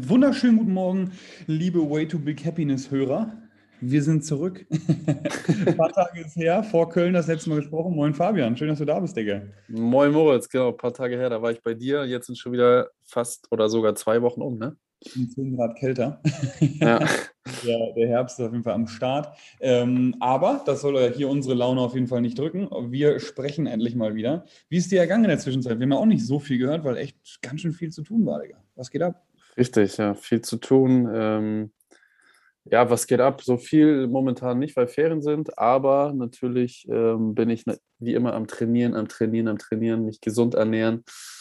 Wunderschönen guten Morgen, liebe Way to Big Happiness-Hörer. Wir sind zurück. Ein paar Tage ist her, vor Köln das letzte Mal gesprochen. Moin Fabian, schön, dass du da bist, Digga. Moin Moritz, genau, ein paar Tage her, da war ich bei dir. Jetzt sind schon wieder fast oder sogar 2 Wochen um, ne? Und 10 Grad kälter. Ja, Der Herbst ist auf jeden Fall am Start. Aber das soll ja hier unsere Laune auf jeden Fall nicht drücken. Wir sprechen endlich mal wieder. Wie ist dir ergangen in der Zwischenzeit? Wir haben ja auch nicht so viel gehört, weil echt ganz schön viel zu tun war, Digga. Was geht ab? richtig, ja, viel zu tun. Ja, was geht ab? So viel momentan nicht, weil Ferien sind, aber natürlich bin ich wie immer am Trainieren, mich gesund ernähren.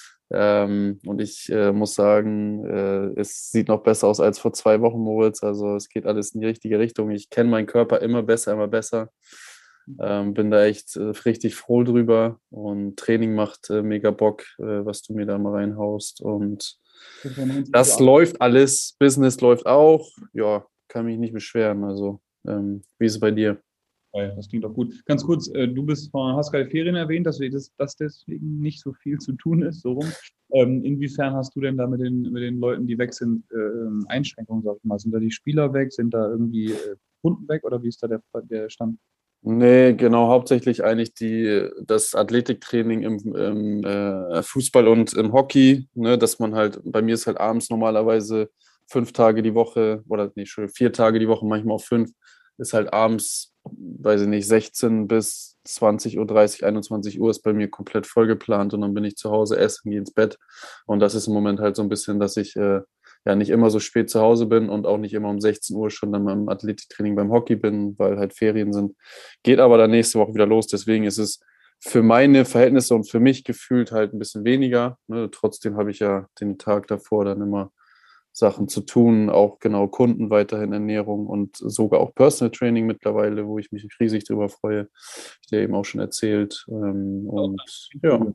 Und ich muss sagen, es sieht noch besser aus als vor 2 Wochen, Moritz. Also es geht alles in die richtige Richtung. Ich kenne meinen Körper immer besser, immer besser. Bin da echt richtig froh drüber und Training macht mega Bock, was du mir da mal reinhaust. Und das läuft alles, Business läuft auch. Ja, kann mich nicht beschweren. Also, wie ist es bei dir? Das klingt doch gut. Ganz kurz, hast gerade Ferien erwähnt, dass deswegen nicht so viel zu tun ist, so rum. Inwiefern hast du denn da mit den Leuten, die weg sind, Einschränkungen, sag ich mal? Sind da die Spieler weg? Sind da irgendwie Kunden weg? Oder wie ist da der Stand? Nee, genau, hauptsächlich eigentlich das Athletiktraining im Fußball und im Hockey, ne, dass man halt, bei mir ist halt abends normalerweise 5 Tage die Woche, oder nee, schon 4 Tage die Woche, manchmal auch 5, ist halt abends, weiß ich nicht, 16 bis 20:30 Uhr, 21 Uhr ist bei mir komplett vollgeplant und dann bin ich zu Hause, esse und gehe ins Bett. Und das ist im Moment halt so ein bisschen, dass ich ja nicht immer so spät zu Hause bin und auch nicht immer um 16 Uhr schon dann beim Athletiktraining beim Hockey bin, weil halt Ferien sind. Geht aber dann nächste Woche wieder los. Deswegen ist es für meine Verhältnisse und für mich gefühlt halt ein bisschen weniger. Ne? Trotzdem habe ich ja den Tag davor dann immer Sachen zu tun, auch genau Kunden weiterhin Ernährung und sogar auch Personal Training mittlerweile, wo ich mich riesig drüber freue. Ich dir eben auch schon erzählt. Und ja,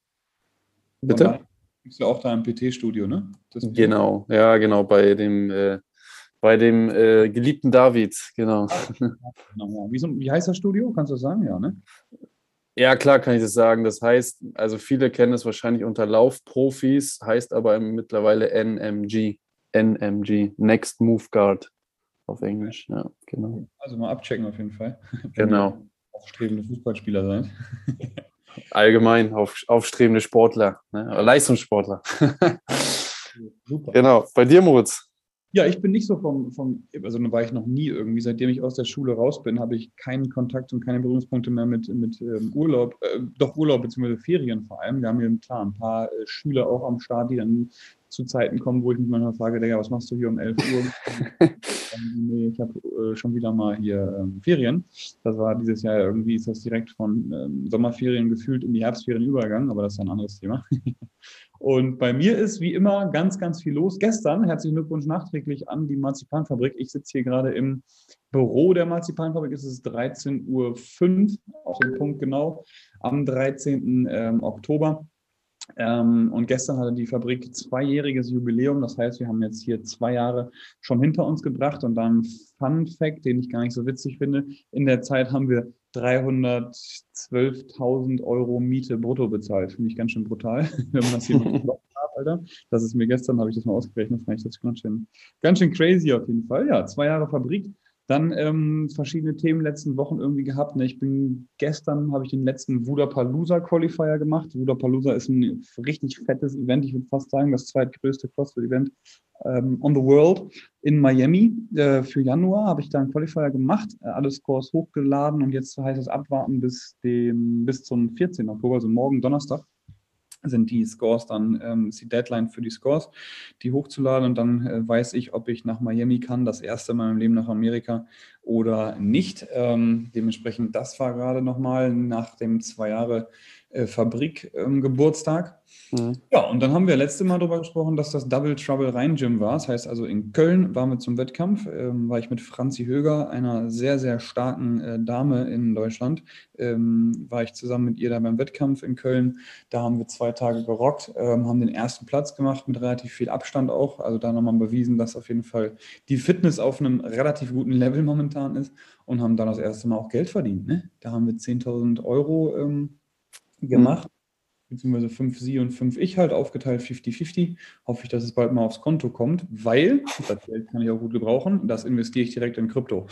Und bitte? da bist du auch da im PT-Studio, ne? Deswegen. Genau, ja, genau, bei dem geliebten David, genau. Ah, genau, ja. Wie heißt das Studio? Kannst du das sagen? Ja, ne? Ja, klar kann ich das sagen. Das heißt, also viele kennen es wahrscheinlich unter Laufprofis, heißt aber mittlerweile NMG. NMG, Next Move Guard auf Englisch. Ja, genau. Also mal abchecken auf jeden Fall, wenn ihr Genau. aufstrebende Fußballspieler seid. Allgemein aufstrebende Sportler, ne? Leistungssportler. Super. Genau. Bei dir, Moritz? Ja, ich bin nicht so also da war ich noch nie irgendwie. Seitdem ich aus der Schule raus bin, habe ich keinen Kontakt und keine Berührungspunkte mehr mit Urlaub, doch Urlaub bzw. Ferien vor allem. Wir haben hier klar ein paar Schüler auch am Start, die dann zu Zeiten kommen, wo ich mich manchmal frage, Digga, was machst du hier um 11 Uhr? Nee, ich habe schon wieder mal hier Ferien. Das war dieses Jahr irgendwie, ist das direkt von Sommerferien gefühlt in die Herbstferien übergegangen, aber das ist ja ein anderes Thema. Und bei mir ist wie immer ganz, ganz viel los. Gestern, herzlichen Glückwunsch nachträglich an die Marzipanfabrik. Ich sitze hier gerade im Büro der Marzipanfabrik. Es ist 13:05 Uhr, auf den Punkt genau, am 13. Oktober. Und gestern hatte die Fabrik zweijähriges Jubiläum. Das heißt, wir haben jetzt hier 2 Jahre schon hinter uns gebracht. Und dann Fun Fact, den ich gar nicht so witzig finde. In der Zeit haben wir 312.000 Euro Miete brutto bezahlt. Finde ich ganz schön brutal, wenn man das hier mal hat, Alter. Das ist mir gestern, habe ich das mal ausgerechnet, fand ich das ganz schön crazy auf jeden Fall. Ja, 2 Jahre Fabrik. Dann verschiedene Themen letzten Wochen irgendwie gehabt. Ne? Gestern habe ich den letzten Wudapalooza Qualifier gemacht. Wudapalooza ist ein richtig fettes Event. Ich würde fast sagen, das zweitgrößte CrossFit-Event on the world in Miami. Für Januar habe ich da einen Qualifier gemacht, alle Scores hochgeladen und jetzt heißt es abwarten bis zum 14. Oktober, also morgen Donnerstag sind die Scores dann, ist die Deadline für die Scores, die hochzuladen und dann weiß ich, ob ich nach Miami kann, das erste Mal im Leben nach Amerika oder nicht. Dementsprechend, das war gerade nochmal nach dem 2 Jahre Fabrik-Geburtstag. Mhm. Ja, und dann haben wir letzte Mal darüber gesprochen, dass das Double Trouble Rhein Gym war. Das heißt also in Köln waren wir zum Wettkampf, war ich mit Franzi Höger, einer sehr, sehr starken Dame in Deutschland, war ich zusammen mit ihr da beim Wettkampf in Köln. Da haben wir 2 Tage gerockt, haben den ersten Platz gemacht mit relativ viel Abstand auch. Also da nochmal bewiesen, dass auf jeden Fall die Fitness auf einem relativ guten Level momentan ist und haben dann das erste Mal auch Geld verdient. Ne? Da haben wir 10.000 Euro Mhm. gemacht. beziehungsweise 5 sie und 5 ich halt, aufgeteilt 50-50. Hoffe ich, dass es bald mal aufs Konto kommt, weil, das Geld kann ich auch gut gebrauchen, das investiere ich direkt in Krypto.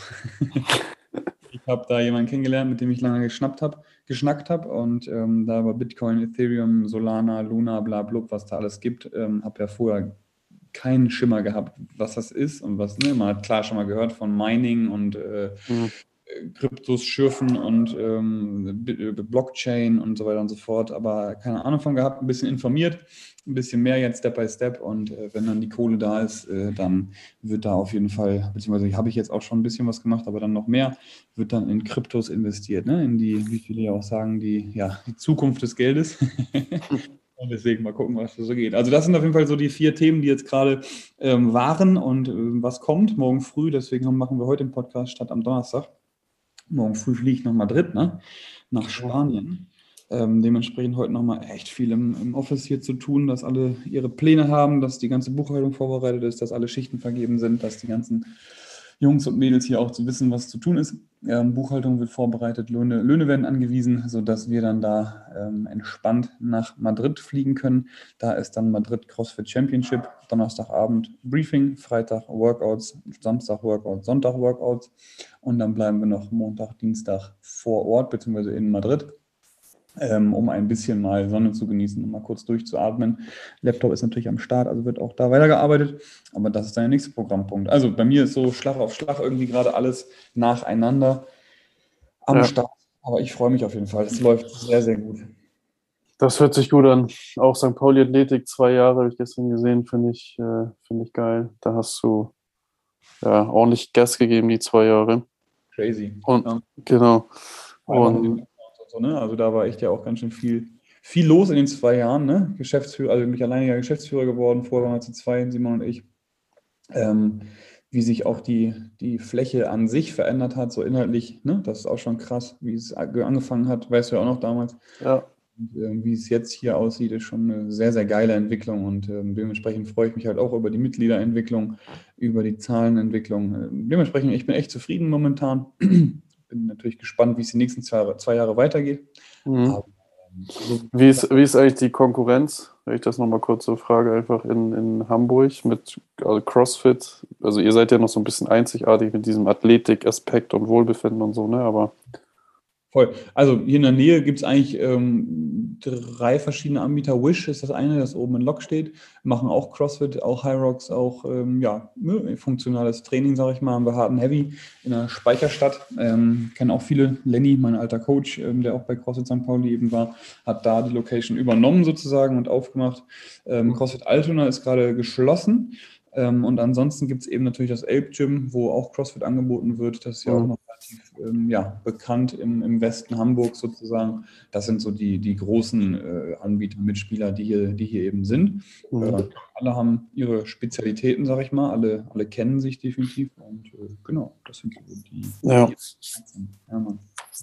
Ich habe da jemanden kennengelernt, mit dem ich lange geschnackt habe und da war Bitcoin, Ethereum, Solana, Luna, bla, blub, was da alles gibt, habe ja vorher keinen Schimmer gehabt, was das ist und was, ne, man hat klar schon mal gehört von Mining und Mhm. Kryptos schürfen und Blockchain und so weiter und so fort, aber keine Ahnung von gehabt, ein bisschen informiert, ein bisschen mehr jetzt Step by Step und wenn dann die Kohle da ist, dann wird da auf jeden Fall, beziehungsweise habe ich jetzt auch schon ein bisschen was gemacht, aber dann noch mehr, wird dann in Kryptos investiert, ne? In die, wie viele ja auch sagen, die Zukunft des Geldes. Und deswegen mal gucken, was da so geht. Also das sind auf jeden Fall so die 4 Themen, die jetzt gerade waren und was kommt morgen früh. Deswegen machen wir heute den Podcast statt am Donnerstag. Morgen früh fliege ich nach Madrid, ne? Nach Spanien. Dementsprechend heute nochmal echt viel im Office hier zu tun, dass alle ihre Pläne haben, dass die ganze Buchhaltung vorbereitet ist, dass alle Schichten vergeben sind, dass die ganzen Jungs und Mädels hier auch zu wissen, was zu tun ist. Buchhaltung wird vorbereitet, Löhne werden angewiesen, sodass wir dann da entspannt nach Madrid fliegen können. Da ist dann Madrid CrossFit Championship, Donnerstagabend Briefing, Freitag Workouts, Samstag Workouts, Sonntag Workouts und dann bleiben wir noch Montag, Dienstag vor Ort bzw. in Madrid, um ein bisschen mal Sonne zu genießen und mal kurz durchzuatmen. Laptop ist natürlich am Start, also wird auch da weitergearbeitet, aber das ist dann der nächste Programmpunkt. Also bei mir ist so Schlag auf Schlag irgendwie gerade alles nacheinander am Start, aber ich freue mich auf jeden Fall. Es läuft sehr, sehr gut. Das hört sich gut an. Auch St. Pauli Athletik, 2 Jahre, habe ich gestern gesehen, finde ich geil. Da hast du ja ordentlich Gas gegeben, die 2 Jahre. Crazy. Und Ja. genau. Einfach mit den Und Backgrounds und so, ne? Also da war echt ja auch ganz schön viel los in den 2 Jahren, ne? Geschäftsführer, also mich alleiniger Geschäftsführer geworden, vorher waren wir zu zweit, Simon und ich. Wie sich auch die Fläche an sich verändert hat, so inhaltlich, ne? Das ist auch schon krass, wie es angefangen hat, weißt du ja auch noch damals. ja, Und, wie es jetzt hier aussieht, ist schon eine sehr, sehr geile Entwicklung und dementsprechend freue ich mich halt auch über die Mitgliederentwicklung, über die Zahlenentwicklung. Dementsprechend, ich bin echt zufrieden momentan. Bin natürlich gespannt, wie es die nächsten 2 Jahre weitergeht. mhm. Aber, so, Wie ist eigentlich die Konkurrenz, wenn ich das nochmal kurz so frage, einfach in Hamburg mit CrossFit? Also ihr seid ja noch so ein bisschen einzigartig mit diesem Athletik-Aspekt und Wohlbefinden und so, ne? Aber voll. Also hier in der Nähe gibt es eigentlich 3 verschiedene Anbieter. Wish ist das eine, das oben in Lok steht. Machen auch CrossFit, auch High Rocks, auch funktionales Training, sage ich mal. Haben wir Hard and Heavy in der Speicherstadt. Kennen auch viele. Lenny, mein alter Coach, der auch bei CrossFit St. Pauli eben war, hat da die Location übernommen sozusagen und aufgemacht. CrossFit Altona ist gerade geschlossen. Und ansonsten gibt es eben natürlich das Elb Gym, wo auch CrossFit angeboten wird. Das ist ja auch noch relativ bekannt im Westen Hamburgs sozusagen. Das sind so die großen Anbieter, Mitspieler, die hier eben sind. Alle haben ihre Spezialitäten, sage ich mal. Alle kennen sich definitiv. Und genau, das sind so die. ja. Ja, Mann.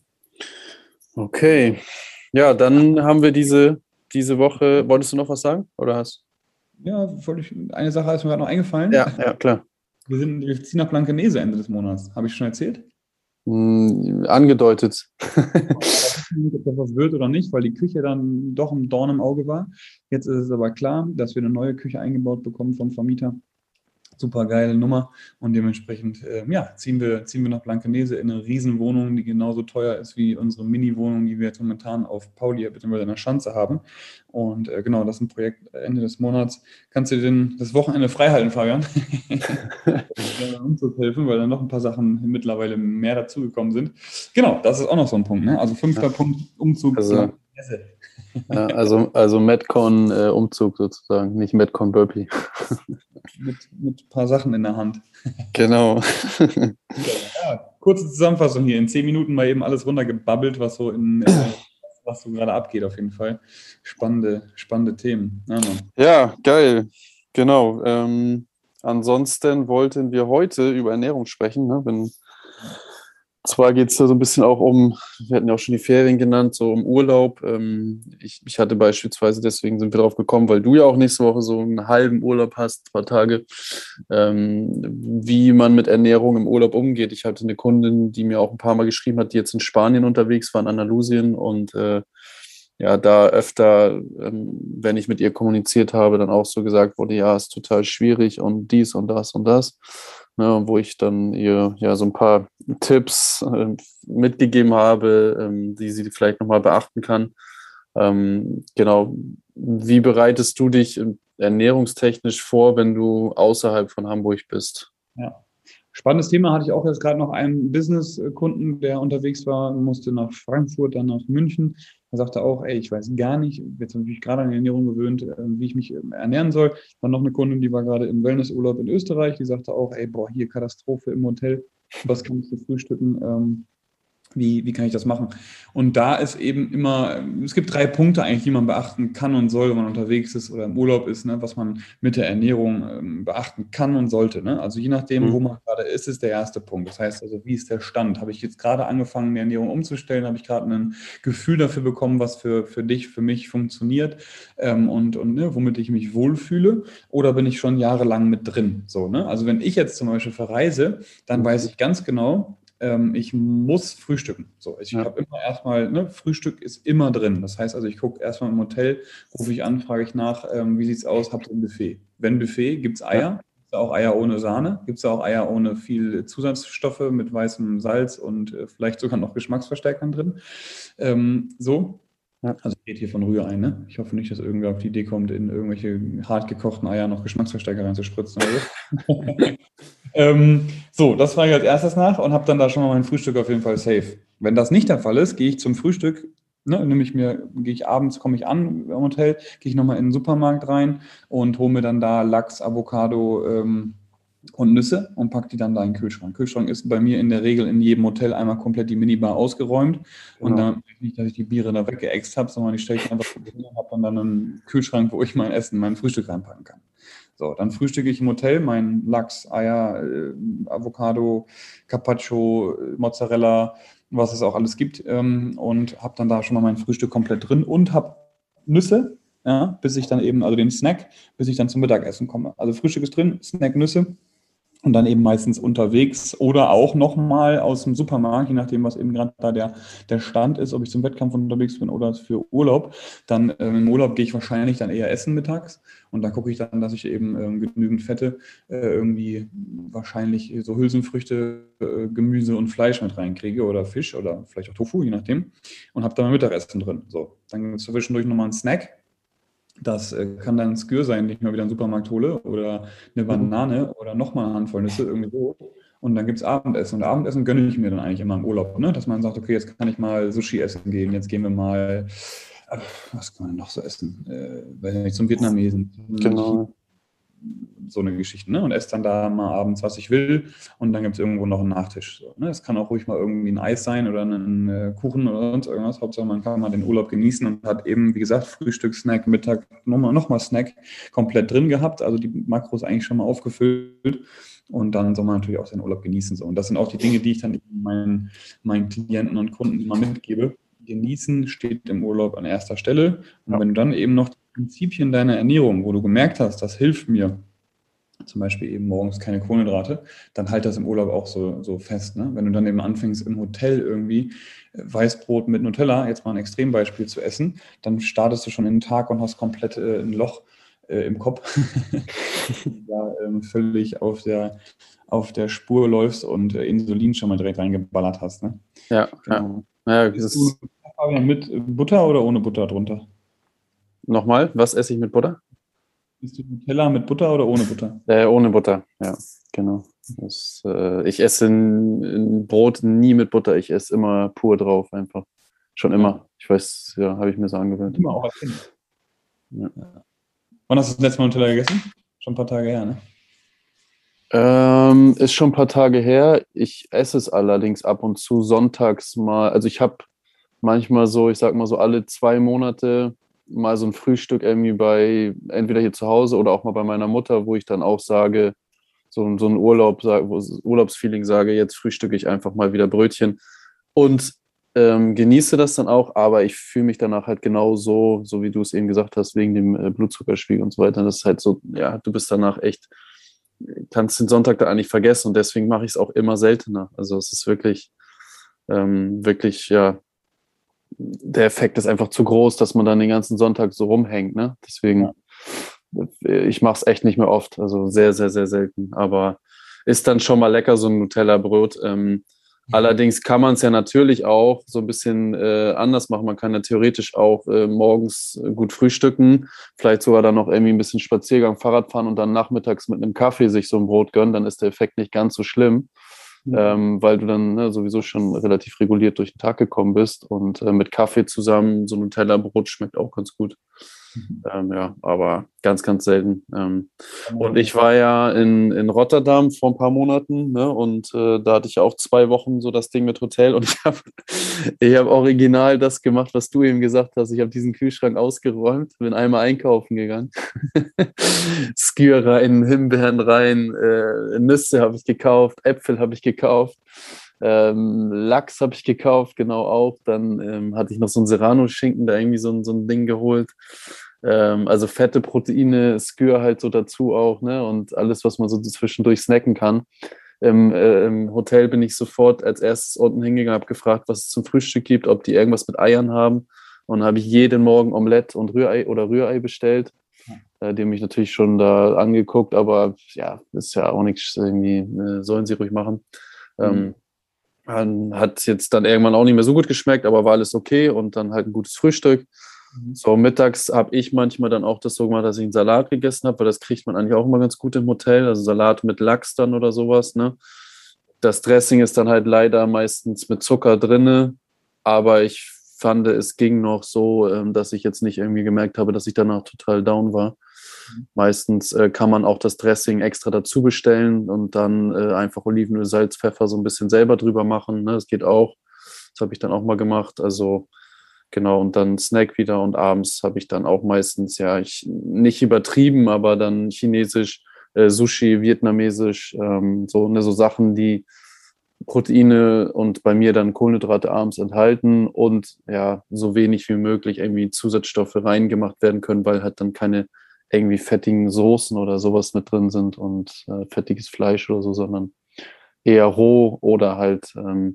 Okay. Ja, dann haben wir diese Woche. Wolltest du noch was sagen? Oder hast Ja, eine Sache ist mir gerade noch eingefallen. ja, klar. Wir ziehen nach Blankenese Ende des Monats. Habe ich schon erzählt? Angedeutet. Nicht, ob das was wird oder nicht, weil die Küche dann doch ein Dorn im Auge war. Jetzt ist es aber klar, dass wir eine neue Küche eingebaut bekommen vom Vermieter. Super geile Nummer und dementsprechend ziehen wir nach Blankenese in eine Riesenwohnung, die genauso teuer ist wie unsere Mini-Wohnung, die wir jetzt momentan auf Pauli bzw. in der Schanze haben. Und genau, das ist ein Projekt Ende des Monats. Kannst du dir das Wochenende frei halten, Fabian? Beim Umzug helfen, weil dann noch ein paar Sachen mittlerweile mehr dazugekommen sind. Genau, das ist auch noch so ein Punkt. Ne? Also 5. Punkt, Umzug. Also, also Metcon Umzug sozusagen, nicht Metcon Burpee. Mit ein paar Sachen in der Hand. Genau. Ja, kurze Zusammenfassung hier. In 10 Minuten mal eben alles runtergebabbelt, was so gerade abgeht auf jeden Fall. Spannende Themen. Ja, geil. Genau. Ansonsten wollten wir heute über Ernährung sprechen. Ne? Zwar geht es da so ein bisschen auch wir hatten ja auch schon die Ferien genannt, so um Urlaub. Ich hatte beispielsweise, deswegen sind wir drauf gekommen, weil du ja auch nächste Woche so einen halben Urlaub hast, ein paar Tage, wie man mit Ernährung im Urlaub umgeht. Ich hatte eine Kundin, die mir auch ein paar Mal geschrieben hat, die jetzt in Spanien unterwegs war, in Andalusien und ja, da öfter, wenn ich mit ihr kommuniziert habe, dann auch so gesagt wurde, ja, ist total schwierig und dies und das und das. Ne, wo ich dann ihr ja so ein paar Tipps mitgegeben habe, die sie vielleicht nochmal beachten kann. Genau, wie bereitest du dich ernährungstechnisch vor, wenn du außerhalb von Hamburg bist? Ja. Spannendes Thema hatte ich auch jetzt gerade noch einen Business-Kunden, der unterwegs war, musste nach Frankfurt, dann nach München. Er sagte auch, ey, ich weiß gar nicht, jetzt habe ich mich gerade an die Ernährung gewöhnt, wie ich mich ernähren soll. Dann noch eine Kundin, die war gerade im Wellnessurlaub in Österreich, die sagte auch, ey, boah, hier Katastrophe im Hotel, was kann ich für frühstücken? Wie kann ich das machen? Und da ist eben immer, es gibt 3 Punkte eigentlich, die man beachten kann und soll, wenn man unterwegs ist oder im Urlaub ist, ne, was man mit der Ernährung beachten kann und sollte. Ne? Also je nachdem, wo Mhm. man gerade ist der erste Punkt. Das heißt also, wie ist der Stand? Habe ich jetzt gerade angefangen, die Ernährung umzustellen? Habe ich gerade ein Gefühl dafür bekommen, was für dich, für mich funktioniert und ne, womit ich mich wohlfühle? Oder bin ich schon jahrelang mit drin? So, ne? Also wenn ich jetzt zum Beispiel verreise, dann weiß ich ganz genau, ich muss frühstücken. So, ich Ja, habe immer erstmal, ne, Frühstück ist immer drin. Das heißt also, ich gucke erstmal im Hotel, rufe ich an, frage ich nach, wie sieht es aus, habt ihr ein Buffet? Wenn Buffet, gibt es ja, Eier? Gibt es auch Eier ohne Sahne? Gibt es auch Eier ohne viel Zusatzstoffe mit weißem Salz und vielleicht sogar noch Geschmacksverstärkern drin? So. ja. Also ich rede hier von Rührei, ne? Ich hoffe nicht, dass irgendwer auf die Idee kommt, in irgendwelche hart gekochten Eier noch Geschmacksverstärker reinzuspritzen oder so. So, das frage ich als erstes nach und habe dann da schon mal mein Frühstück auf jeden Fall safe. Wenn das nicht der Fall ist, gehe ich zum Frühstück, ne, gehe ich abends, komme ich an im Hotel, gehe ich nochmal in den Supermarkt rein und hole mir dann da Lachs, Avocado und Nüsse und packe die dann da in den Kühlschrank. Kühlschrank ist bei mir in der Regel in jedem Hotel einmal komplett die Minibar ausgeräumt und Genau. dann nicht, dass ich die Biere da weggeext habe, sondern ich stelle ich einfach hin und habe dann einen Kühlschrank, wo ich mein Essen, mein Frühstück reinpacken kann. So, dann frühstücke ich im Hotel mein Lachs, Eier, Avocado, Carpaccio, Mozzarella, was es auch alles gibt, und habe dann da schon mal mein Frühstück komplett drin und habe Nüsse, ja, bis ich dann eben, also den Snack, bis ich dann zum Mittagessen komme. Also Frühstück ist drin, Snack, Nüsse und dann eben meistens unterwegs oder auch nochmal aus dem Supermarkt, je nachdem, was eben gerade da der Stand ist, ob ich zum Wettkampf unterwegs bin oder für Urlaub. Dann im Urlaub gehe ich wahrscheinlich dann eher essen mittags und da gucke ich dann, dass ich eben genügend Fette, irgendwie wahrscheinlich so Hülsenfrüchte, Gemüse und Fleisch mit reinkriege oder Fisch oder vielleicht auch Tofu, je nachdem. Und habe dann mein Mittagessen drin. So, dann gibt es zwischendurch nochmal einen Snack. Das kann dann ein Skür sein, den ich mal wieder im Supermarkt hole oder eine Mhm. Banane oder nochmal eine Handvoll Nüsse, irgendwie so. Und dann gibt es Abendessen. Und Abendessen gönne ich mir dann eigentlich immer im Urlaub, ne? Dass man sagt, okay, jetzt kann ich mal Sushi essen gehen, jetzt gehen wir mal, was kann man noch so essen? Weiß nicht, zum Vietnamesen, Genau. so eine Geschichte, ne? Und esse dann da mal abends, was ich will. Und dann gibt es irgendwo noch einen Nachtisch. So, ne? Es kann auch ruhig mal irgendwie ein Eis sein oder ein Kuchen oder sonst irgendwas. Hauptsache, man kann mal den Urlaub genießen und hat eben, wie gesagt, Frühstück, Snack, Mittag, nochmal Snack komplett drin gehabt. Also die Makros eigentlich schon mal aufgefüllt. Und dann soll man natürlich auch seinen Urlaub genießen. So. Und das sind auch die Dinge, die ich dann meinen Klienten und Kunden immer mitgebe. Genießen steht im Urlaub an erster Stelle. Und Ja. wenn du dann eben noch die Prinzipien deiner Ernährung, wo du gemerkt hast, das hilft mir, zum Beispiel eben morgens keine Kohlenhydrate, dann halt das im Urlaub auch so fest. Ne? Wenn du dann eben anfängst im Hotel irgendwie Weißbrot mit Nutella, jetzt mal ein Extrembeispiel zu essen, dann startest du schon in den Tag und hast komplett ein Loch im Kopf, da völlig auf der Spur läufst und Insulin schon mal direkt reingeballert hast. Ne? Ja, ja. Genau. Ja, Isst du Fabian, mit Butter oder ohne Butter drunter? nochmal, was esse ich mit Butter? Isst du Nutella mit Butter oder ohne Butter? Ohne Butter, ja, genau. Ich esse ein Brot nie mit Butter, ich esse immer pur drauf, einfach. Schon Ja, immer. Ich weiß, ja, habe ich mir so angewöhnt. immer auch als Kind. Ja. Wann hast du das letzte Mal Nutella gegessen? Schon ein paar Tage her, ne? Ist schon ein paar Tage her. Ich esse es allerdings ab und zu sonntags mal. Also ich habe manchmal so, ich sag mal so alle 2 Monate mal so ein Frühstück irgendwie entweder hier zu Hause oder auch mal bei meiner Mutter, wo ich dann auch sage, so ein Urlaubsfeeling sage, jetzt frühstücke ich einfach mal wieder Brötchen und genieße das dann auch, aber ich fühle mich danach halt genau so wie du es eben gesagt hast, wegen dem Blutzuckerspiegel und so weiter. Das ist halt so, ja, du bist danach echt, kannst den Sonntag da eigentlich vergessen und deswegen mache ich es auch immer seltener. Also es ist wirklich, wirklich, ja, der Effekt ist einfach zu groß, dass man dann den ganzen Sonntag so rumhängt, ne? Deswegen, ich mache es echt nicht mehr oft, also sehr, sehr, sehr selten. Aber ist dann schon mal lecker, so ein Nutella-Brot. Allerdings kann man es ja natürlich auch so ein bisschen anders machen. Man kann ja theoretisch auch morgens gut frühstücken, vielleicht sogar dann noch irgendwie ein bisschen Spaziergang, Fahrrad fahren und dann nachmittags mit einem Kaffee sich so ein Brot gönnen. Dann ist der Effekt nicht ganz so schlimm, weil du dann sowieso schon relativ reguliert durch den Tag gekommen bist. Und mit Kaffee zusammen so ein Nutella-Brot schmeckt auch ganz gut. Ja, aber ganz, ganz selten. Und ich war ja in Rotterdam vor ein paar Monaten, ne? Und da hatte ich auch 2 Wochen so das Ding mit Hotel und ich hab original das gemacht, was du eben gesagt hast. Ich habe diesen Kühlschrank ausgeräumt, bin einmal einkaufen gegangen. Skür rein, Himbeeren rein, Nüsse habe ich gekauft, Äpfel habe ich gekauft. Lachs habe ich gekauft, genau auch. Dann hatte ich noch so einen Serrano-Schinken, da irgendwie so ein Ding geholt. Also fette Proteine, Skür halt so dazu auch, ne? Und alles, was man so zwischendurch snacken kann. Im Hotel bin ich sofort als erstes unten hingegangen, habe gefragt, was es zum Frühstück gibt, ob die irgendwas mit Eiern haben. Und habe ich jeden Morgen Omelette und Rührei bestellt. Die haben mich natürlich schon da angeguckt, aber ja, ist ja auch nichts, irgendwie sollen sie ruhig machen. Hat jetzt dann irgendwann auch nicht mehr so gut geschmeckt, aber war alles okay und dann halt ein gutes Frühstück. So, mittags habe ich manchmal dann auch das so gemacht, dass ich einen Salat gegessen habe, weil das kriegt man eigentlich auch immer ganz gut im Hotel, also Salat mit Lachs dann oder sowas, ne? Das Dressing ist dann halt leider meistens mit Zucker drinne, aber ich fand, es ging noch so, dass ich jetzt nicht irgendwie gemerkt habe, dass ich danach total down war. Meistens kann man auch das Dressing extra dazu bestellen und dann einfach Olivenöl, Salz, Pfeffer so ein bisschen selber drüber machen, ne? Das geht auch. Das habe ich dann auch mal gemacht. Also genau, und dann Snack wieder und abends habe ich dann auch meistens, ja, nicht übertrieben, aber dann chinesisch, Sushi, vietnamesisch, so Sachen, die Proteine und bei mir dann Kohlenhydrate abends enthalten und ja, so wenig wie möglich irgendwie Zusatzstoffe reingemacht werden können, weil halt dann keine irgendwie fettigen Soßen oder sowas mit drin sind und fettiges Fleisch oder so, sondern eher roh oder halt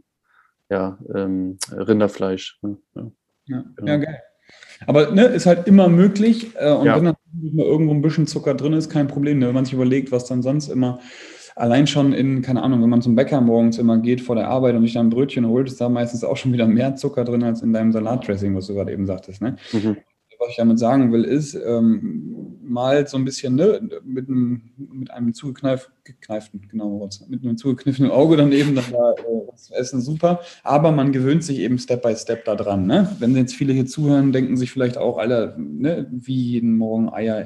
Rinderfleisch. Ne? Ja. Ja, Genau. geil. Aber ne, ist halt immer möglich. Und Ja. wenn dann mal irgendwo ein bisschen Zucker drin ist, kein Problem. Ne? Wenn man sich überlegt, was dann sonst immer, allein schon keine Ahnung, wenn man zum Bäcker morgens immer geht vor der Arbeit und sich dann ein Brötchen holt, ist da meistens auch schon wieder mehr Zucker drin als in deinem Salatdressing, was du gerade eben sagtest. Ne? Mhm. Was ich damit sagen will, ist, mal so ein bisschen ne, mit einem mit einem zugekniffenen Auge daneben dann da was zu essen, super. Aber man gewöhnt sich eben Step by Step da dran. Ne? Wenn jetzt viele hier zuhören, denken sich vielleicht auch alle, ne, wie jeden Morgen Eier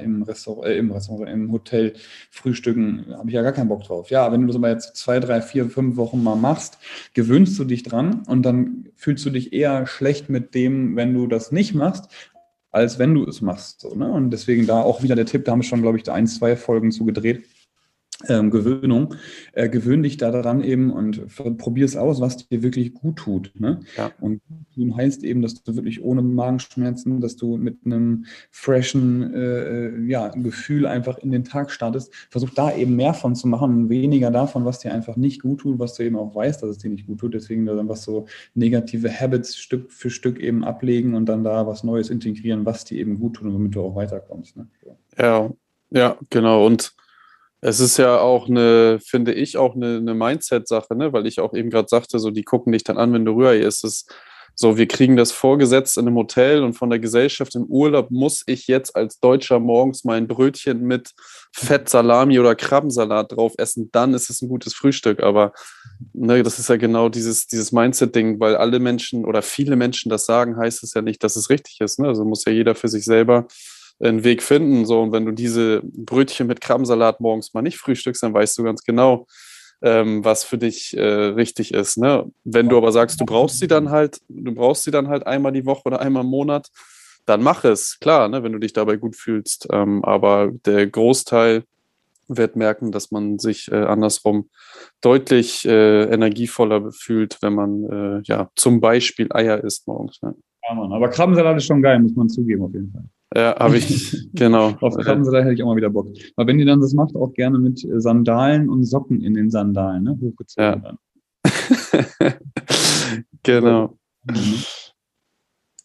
im Hotel frühstücken, habe ich ja gar keinen Bock drauf. Ja, wenn du das aber jetzt 2, 3, 4, 5 Wochen mal machst, gewöhnst du dich dran und dann fühlst du dich eher schlecht mit dem, wenn du das nicht machst, als wenn du es machst. So, ne? Und deswegen da auch wieder der Tipp, da haben wir schon, glaube ich, 1, 2 Folgen zu gedreht. Gewöhnung. Gewöhn dich daran eben und probier es aus, was dir wirklich gut tut. Ne? Ja. Und gut tun heißt eben, dass du wirklich ohne Magenschmerzen, dass du mit einem freshen Gefühl einfach in den Tag startest. Versuch da eben mehr von zu machen und weniger davon, was dir einfach nicht gut tut, was du eben auch weißt, dass es dir nicht gut tut. Deswegen dann was so negative Habits Stück für Stück eben ablegen und dann da was Neues integrieren, was dir eben gut tut und womit du auch weiterkommst. Ne? Ja, ja, genau. Und es ist ja auch finde ich, auch eine Mindset-Sache, ne? Weil ich auch eben gerade sagte, so, die gucken dich dann an, wenn du Rührei isst. Es ist so, wir kriegen das vorgesetzt in einem Hotel und von der Gesellschaft im Urlaub muss ich jetzt als Deutscher morgens mein Brötchen mit Fett, Salami oder Krabbensalat drauf essen, dann ist es ein gutes Frühstück. Aber ne, das ist ja genau dieses Mindset-Ding, weil alle Menschen oder viele Menschen das sagen, heißt es ja nicht, dass es richtig ist. Ne? Also muss ja jeder für sich selber einen Weg finden. So, und wenn du diese Brötchen mit Krabbensalat morgens mal nicht frühstückst, dann weißt du ganz genau, was für dich richtig ist. Ne? Wenn du aber sagst, du brauchst sie dann halt einmal die Woche oder einmal im Monat, dann mach es, klar, ne, wenn du dich dabei gut fühlst. Aber der Großteil wird merken, dass man sich andersrum deutlich energievoller fühlt, wenn man zum Beispiel Eier isst morgens. Ne? Ja, Mann. Aber Krabbensalat ist schon geil, muss man zugeben, auf jeden Fall. Ja, habe ich, genau. Auf Krabbensalat hätte ich auch mal wieder Bock. Aber wenn ihr dann das macht, auch gerne mit Sandalen und Socken in den Sandalen, ne? Hochgezogen. Ja. Dann. Genau.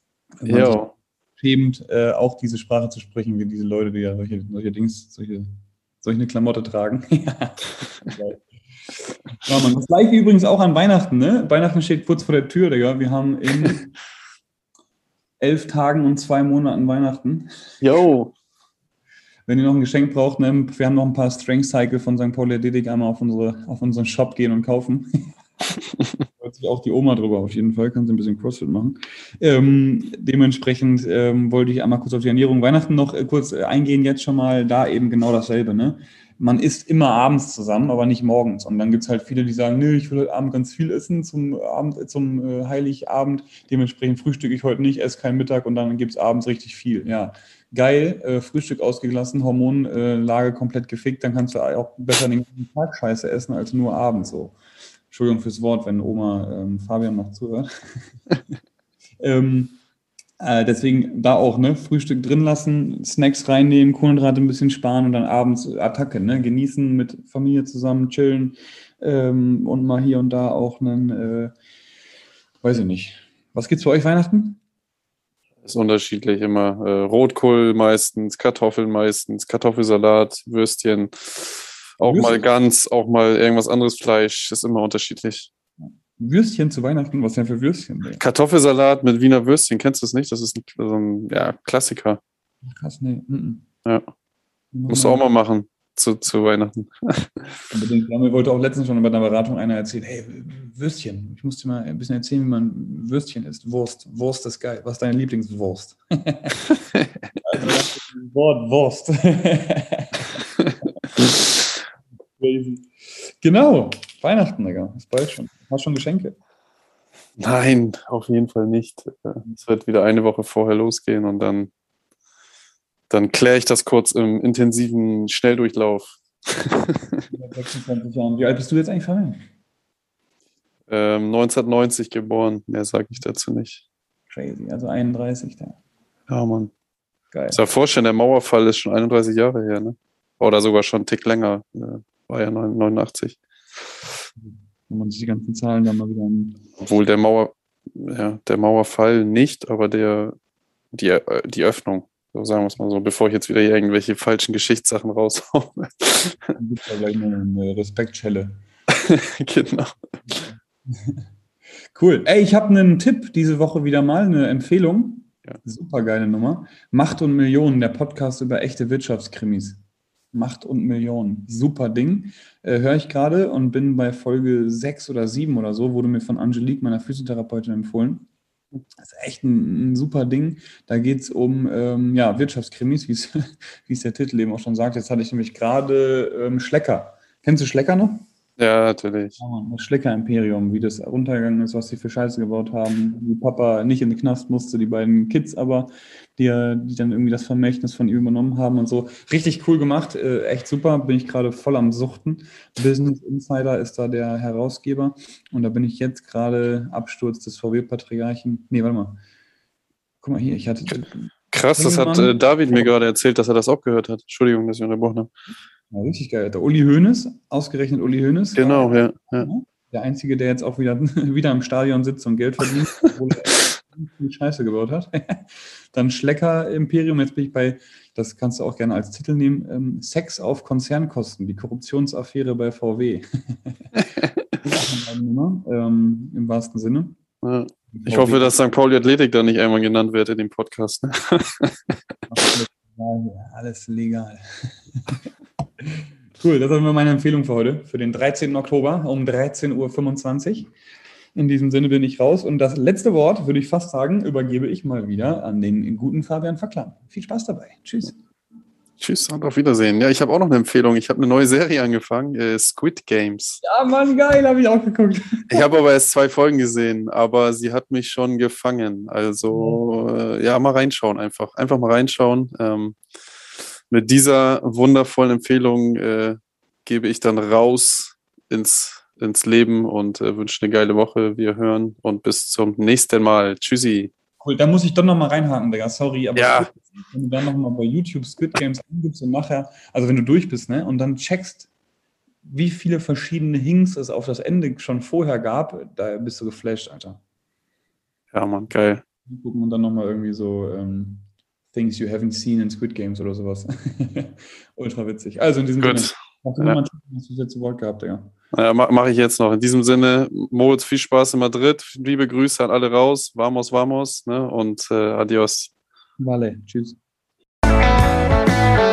Man sich Ja. schämt, auch diese Sprache zu sprechen, wie diese Leute, die ja solche eine Klamotte tragen. Ja, Mann. Das gleiche übrigens auch an Weihnachten, ne? Weihnachten steht kurz vor der Tür, Digga. Wir haben in 11 Tagen und 2 Monaten Weihnachten. Jo. Wenn ihr noch ein Geschenk braucht, ne? Wir haben noch ein paar Strength Cycle von St. Pauli Athletic, einmal auf unseren Shop gehen und kaufen. Freut sich auch die Oma drüber auf jeden Fall, kann sie ein bisschen CrossFit machen. Dementsprechend wollte ich einmal kurz auf die Ernährung Weihnachten noch kurz eingehen, jetzt schon mal da eben genau dasselbe, ne? Man isst immer abends zusammen, aber nicht morgens. Und dann gibt es halt viele, die sagen, nö, ich will heute Abend ganz viel essen zum Heiligabend. Dementsprechend frühstücke ich heute nicht, esse keinen Mittag und dann gibt es abends richtig viel. Ja, geil, Frühstück ausgelassen, Hormonlage komplett gefickt, dann kannst du auch besser den ganzen Tag Scheiße essen als nur abends so. Entschuldigung fürs Wort, wenn Oma Fabian noch zuhört. Deswegen da auch, ne, Frühstück drin lassen, Snacks reinnehmen, Kohlenhydrate ein bisschen sparen und dann abends Attacke, ne, genießen, mit Familie zusammen chillen und mal hier und da auch einen, weiß ich nicht. Was gibt's für euch Weihnachten? Ist unterschiedlich immer. Rotkohl meistens, Kartoffeln meistens, Kartoffelsalat, Würstchen, auch mal Gans, auch mal irgendwas anderes Fleisch. Ist immer unterschiedlich. Würstchen zu Weihnachten? Was denn für Würstchen? Ey? Kartoffelsalat mit Wiener Würstchen, kennst du das nicht? Das ist so ein ja, Klassiker. Krass, nee. Ja. Musst du auch mal machen zu Weihnachten. Unbedingt. Ja, mir wollte auch letztens schon bei einer Beratung einer erzählen, hey, Würstchen, ich muss dir mal ein bisschen erzählen, wie man Würstchen isst. Wurst. Wurst ist geil. Was ist deine Lieblingswurst? Also das Wort Wurst. Crazy. Genau, Weihnachten, Digga. Ist bald schon. Hast du schon Geschenke? Nein, auf jeden Fall nicht. Es wird wieder eine Woche vorher losgehen und dann kläre ich das kurz im intensiven Schnelldurchlauf. 26 Jahren. Wie alt bist du jetzt eigentlich, Fabian? 1990 geboren, mehr sage ich dazu nicht. Crazy, also 31 da. Ja, Mann. Geil. Ich muss mir vorstellen, der Mauerfall ist schon 31 Jahre her, ne? Oder sogar schon einen Tick länger. War ja 89. Wenn man sich die ganzen Zahlen dann mal wieder Obwohl der Mauerfall nicht, aber die Öffnung, so sagen wir es mal so, bevor ich jetzt wieder hier irgendwelche falschen Geschichtssachen raushaue. Dann gibt es da gleich eine Respektschelle. Genau. Cool. Ey, ich habe einen Tipp diese Woche wieder mal, eine Empfehlung. Ja. Super geile Nummer. Macht und Millionen, der Podcast über echte Wirtschaftskrimis. Macht und Millionen. Super Ding. Höre ich gerade und bin bei Folge 6 oder 7 oder so, wurde mir von Angelique, meiner Physiotherapeutin, empfohlen. Das ist echt ein super Ding. Da geht es um Wirtschaftskrimis, wie es der Titel eben auch schon sagt. Jetzt hatte ich nämlich gerade Schlecker. Kennst du Schlecker noch? Ja, natürlich. Das Schlecker-Imperium, wie das runtergegangen ist, was sie für Scheiße gebaut haben. Wie Papa nicht in den Knast musste, die beiden Kids aber, die dann irgendwie das Vermächtnis von ihm übernommen haben und so. Richtig cool gemacht, echt super, bin ich gerade voll am Suchten. Business Insider ist da der Herausgeber und da bin ich jetzt gerade Absturz des VW-Patriarchen. Nee, warte mal. Guck mal hier, ich hatte... Krass, das hat David mir gerade erzählt, dass er das auch gehört hat. Entschuldigung, dass ich unterbrochen habe. Ja, richtig geil. Der Uli Hoeneß, ausgerechnet Uli Hoeneß. Genau, war, ja. Der Einzige, der jetzt auch wieder im Stadion sitzt und Geld verdient, obwohl er viel Scheiße gebaut hat. Dann Schlecker-Imperium, jetzt bin ich bei, das kannst du auch gerne als Titel nehmen, Sex auf Konzernkosten, die Korruptionsaffäre bei VW. Im wahrsten Sinne. Ja. Ich hoffe, dass St. Pauli Athletic da nicht einmal genannt wird in dem Podcast. Ne? Alles legal. Cool, das ist meine Empfehlung für heute, für den 13. Oktober um 13.25 Uhr. In diesem Sinne bin ich raus und das letzte Wort, würde ich fast sagen, übergebe ich mal wieder an den guten Fabian Fackler. Viel Spaß dabei. Tschüss. Tschüss und auf Wiedersehen. Ja, ich habe auch noch eine Empfehlung. Ich habe eine neue Serie angefangen, Squid Games. Ja, Mann, geil, habe ich auch geguckt. Ich habe aber erst 2 Folgen gesehen, aber sie hat mich schon gefangen. Also, mal reinschauen einfach. Einfach mal reinschauen. Mit dieser wundervollen Empfehlung gebe ich dann raus ins Leben und wünsche eine geile Woche. Wir hören und bis zum nächsten Mal. Tschüssi. Cool, da muss ich doch nochmal reinhaken, Digga, sorry, aber ja. Wenn du dann nochmal bei YouTube Squid Games angibst und nachher, also wenn du durch bist, ne, und dann checkst, wie viele verschiedene Hints es auf das Ende schon vorher gab, da bist du geflasht, Alter. Ja, Mann, geil. gucken und dann nochmal irgendwie so Things you haven't seen in Squid Games oder sowas. Ultra witzig. Also in diesem Sinne, Gut. hast du Ja. nochmal das letzte Wort gehabt, Digga? Ja, mache ich jetzt noch. In diesem Sinne, Moritz, viel Spaß in Madrid. Liebe Grüße an alle raus. Vamos, vamos. Ne? Und adios. Vale, tschüss.